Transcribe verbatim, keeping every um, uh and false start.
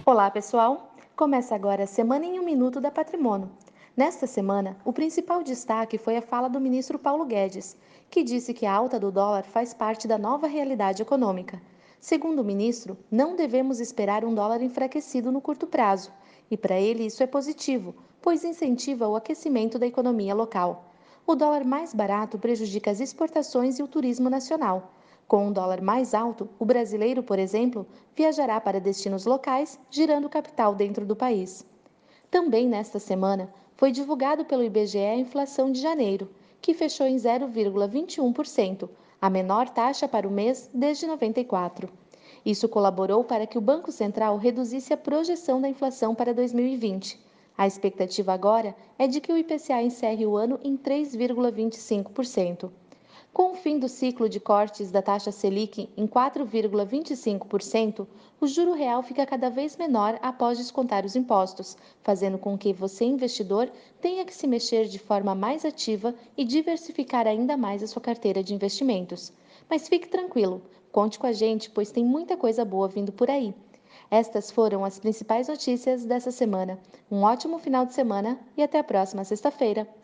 Olá, pessoal! Começa agora a Semana em um Minuto da Patrimônio. Nesta semana, o principal destaque foi a fala do ministro Paulo Guedes, que disse que a alta do dólar faz parte da nova realidade econômica. Segundo o ministro, não devemos esperar um dólar enfraquecido no curto prazo, e para ele isso é positivo, pois incentiva o aquecimento da economia local. O dólar mais barato prejudica as exportações e o turismo nacional. Com um dólar mais alto, o brasileiro, por exemplo, viajará para destinos locais, girando capital dentro do país. Também nesta semana, foi divulgado pelo I B G E a inflação de janeiro, que fechou em zero vírgula vinte e um por cento, a menor taxa para o mês desde noventa e quatro. Isso colaborou para que o Banco Central reduzisse a projeção da inflação para dois mil e vinte. A expectativa agora é de que o I P C A encerre o ano em três vírgula vinte e cinco por cento. Com o fim do ciclo de cortes da taxa Selic em quatro vírgula vinte e cinco por cento, o juro real fica cada vez menor após descontar os impostos, fazendo com que você, investidor, tenha que se mexer de forma mais ativa e diversificar ainda mais a sua carteira de investimentos. Mas fique tranquilo, conte com a gente, pois tem muita coisa boa vindo por aí. Estas foram as principais notícias dessa semana. Um ótimo final de semana e até a próxima sexta-feira.